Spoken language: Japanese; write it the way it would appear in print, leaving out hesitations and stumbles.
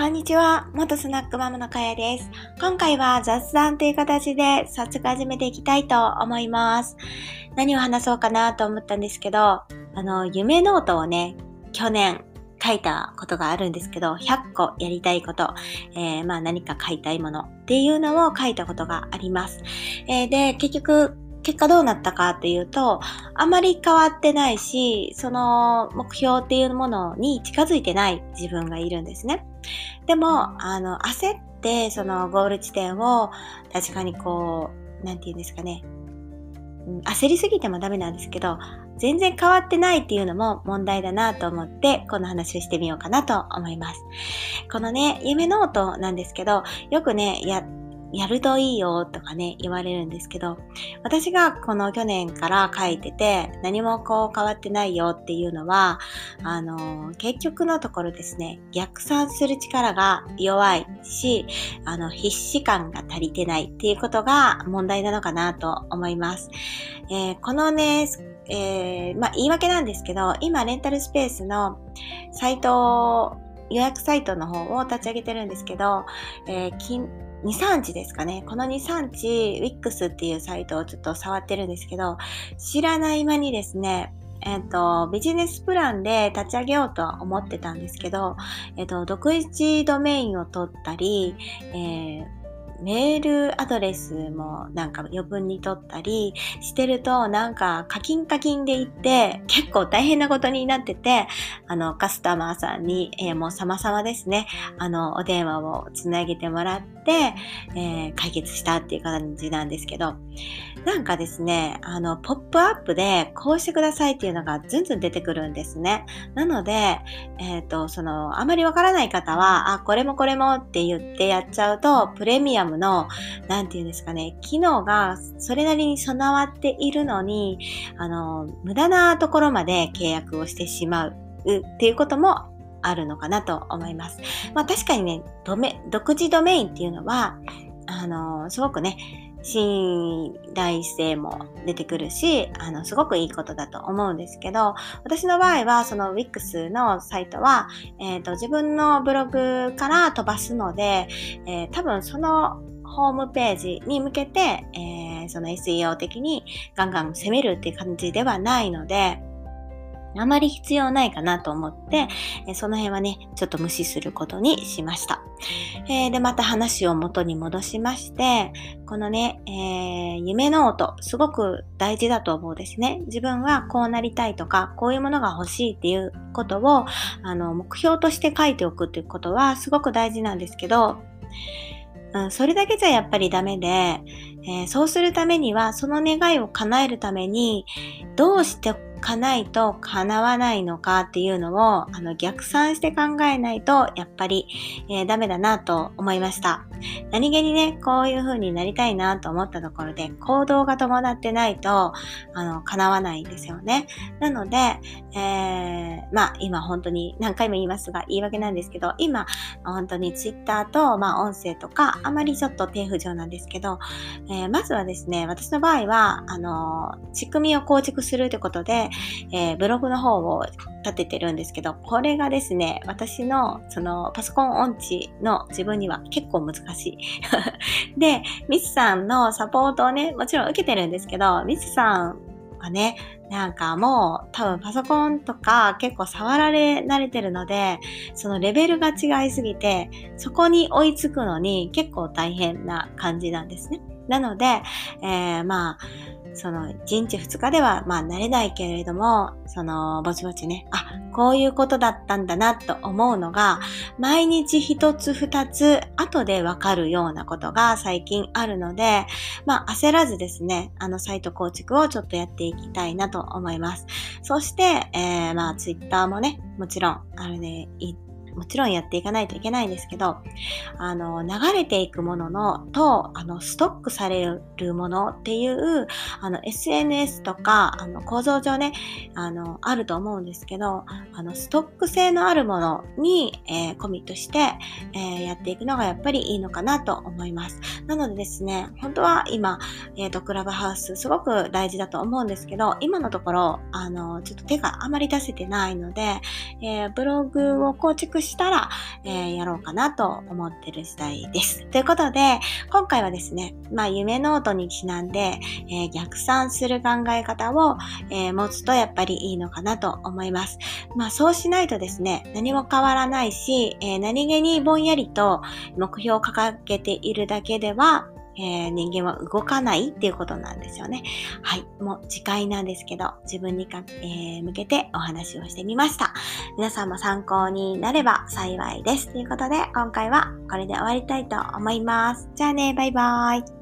こんにちは。元スナックママのかやです。今回は雑談という形で早速始めていきたいと思います。何を話そうかなと思ったんですけど、夢ノートをね、去年書いたことがあるんですけど、100個やりたいこと、何か書いたいものっていうのを書いたことがあります。で、結果どうなったかっていうと、あまり変わってないし、その目標っていうものに近づいてない自分がいるんですね。でも、焦って、そのゴール地点を、確かになんて言うんですかね、焦りすぎてもダメなんですけど、全然変わってないっていうのも問題だなと思って、この話をしてみようかなと思います。このね、夢ノートなんですけど、よくね、やるといいよとかね、言われるんですけど、私がこの去年から書いてて、何も変わってないよっていうのは、結局のところですね、逆算する力が弱いし、必死感が足りてないっていうことが問題なのかなと思います。このね、言い訳なんですけど、今レンタルスペースの予約サイトの方を立ち上げてるんですけど、2、3日ですかね。この2、3日、Wix っていうサイトをちょっと触ってるんですけど、知らない間にですね、ビジネスプランで立ち上げようとは思ってたんですけど、独自ドメインを取ったり、メールアドレスも余分に取ったりしてると課金でいって結構大変なことになってて、カスタマーさんに、もう様々ですね、お電話をつなげてもらって、解決したっていう感じなんですけど、ですね、ポップアップでこうしてくださいっていうのがずんずん出てくるんですね。なので、あまりわからない方は、これもこれもって言ってやっちゃうと、プレミアムの、機能がそれなりに備わっているのに、無駄なところまで契約をしてしまうっていうこともあるのかなと思います。確かにね、独自ドメインっていうのは、すごくね、信頼性も出てくるし、すごくいいことだと思うんですけど、私の場合は、その Wix のサイトは、自分のブログから飛ばすので、多分そのホームページに向けて、その SEO 的にガンガン攻めるっていう感じではないので、あまり必要ないかなと思って、その辺はね、ちょっと無視することにしました。で、また話を元に戻しまして、このね、夢ノート、すごく大事だと思うんですね。自分はこうなりたいとか、こういうものが欲しいっていうことを、目標として書いておくっていうことはすごく大事なんですけど、それだけじゃやっぱりダメで、そうするためには、その願いを叶えるために、どうしてかないと叶わないのかっていうのを逆算して考えないとやっぱり、ダメだなと思いました。何気にね、こういう風になりたいなと思ったところで行動が伴ってないと叶わないんですよね。なので、今本当に何回も言いますが言い訳なんですけど、今本当に Twitter と音声とかあまりちょっと低浮上なんですけど、まずはですね、私の場合は仕組みを構築するということで、ブログの方を立ててるんですけど、これがですね、私のそのパソコン音痴の自分には結構難しい。で、ミスさんのサポートをね、もちろん受けてるんですけど、ミスさんはね、もう多分パソコンとか結構触られ慣れてるので、そのレベルが違いすぎて、そこに追いつくのに結構大変な感じなんですね。なので、その1日2日では慣れないけれども、ぼちぼちね、こういうことだったんだなと思うのが、毎日1つ2つ後でわかるようなことが最近あるので、焦らずですね、サイト構築をちょっとやっていきたいなと思います。そして、Twitter もね、もちろん、もちろんやっていかないといけないんですけど、流れていくものと、ストックされるものっていう、SNS とか、構造上ね、あると思うんですけど、ストック性のあるものに、コミットして、やっていくのがやっぱりいいのかなと思います。なのでですね、本当は今、クラブハウスすごく大事だと思うんですけど、今のところ、ちょっと手があまり出せてないので、ブログを構築したら、やろうかなと思ってる次第です。ということで、今回はですね、夢ノートにちなんで、逆算する考え方を、持つとやっぱりいいのかなと思います。そうしないとですね、何も変わらないし、何気にぼんやりと目標を掲げているだけでは、人間は動かないっていうことなんですよね。はい。もう次回なんですけど、自分に向けてお話をしてみました。皆さんも参考になれば幸いです。ということで、今回はこれで終わりたいと思います。じゃあね、バイバーイ。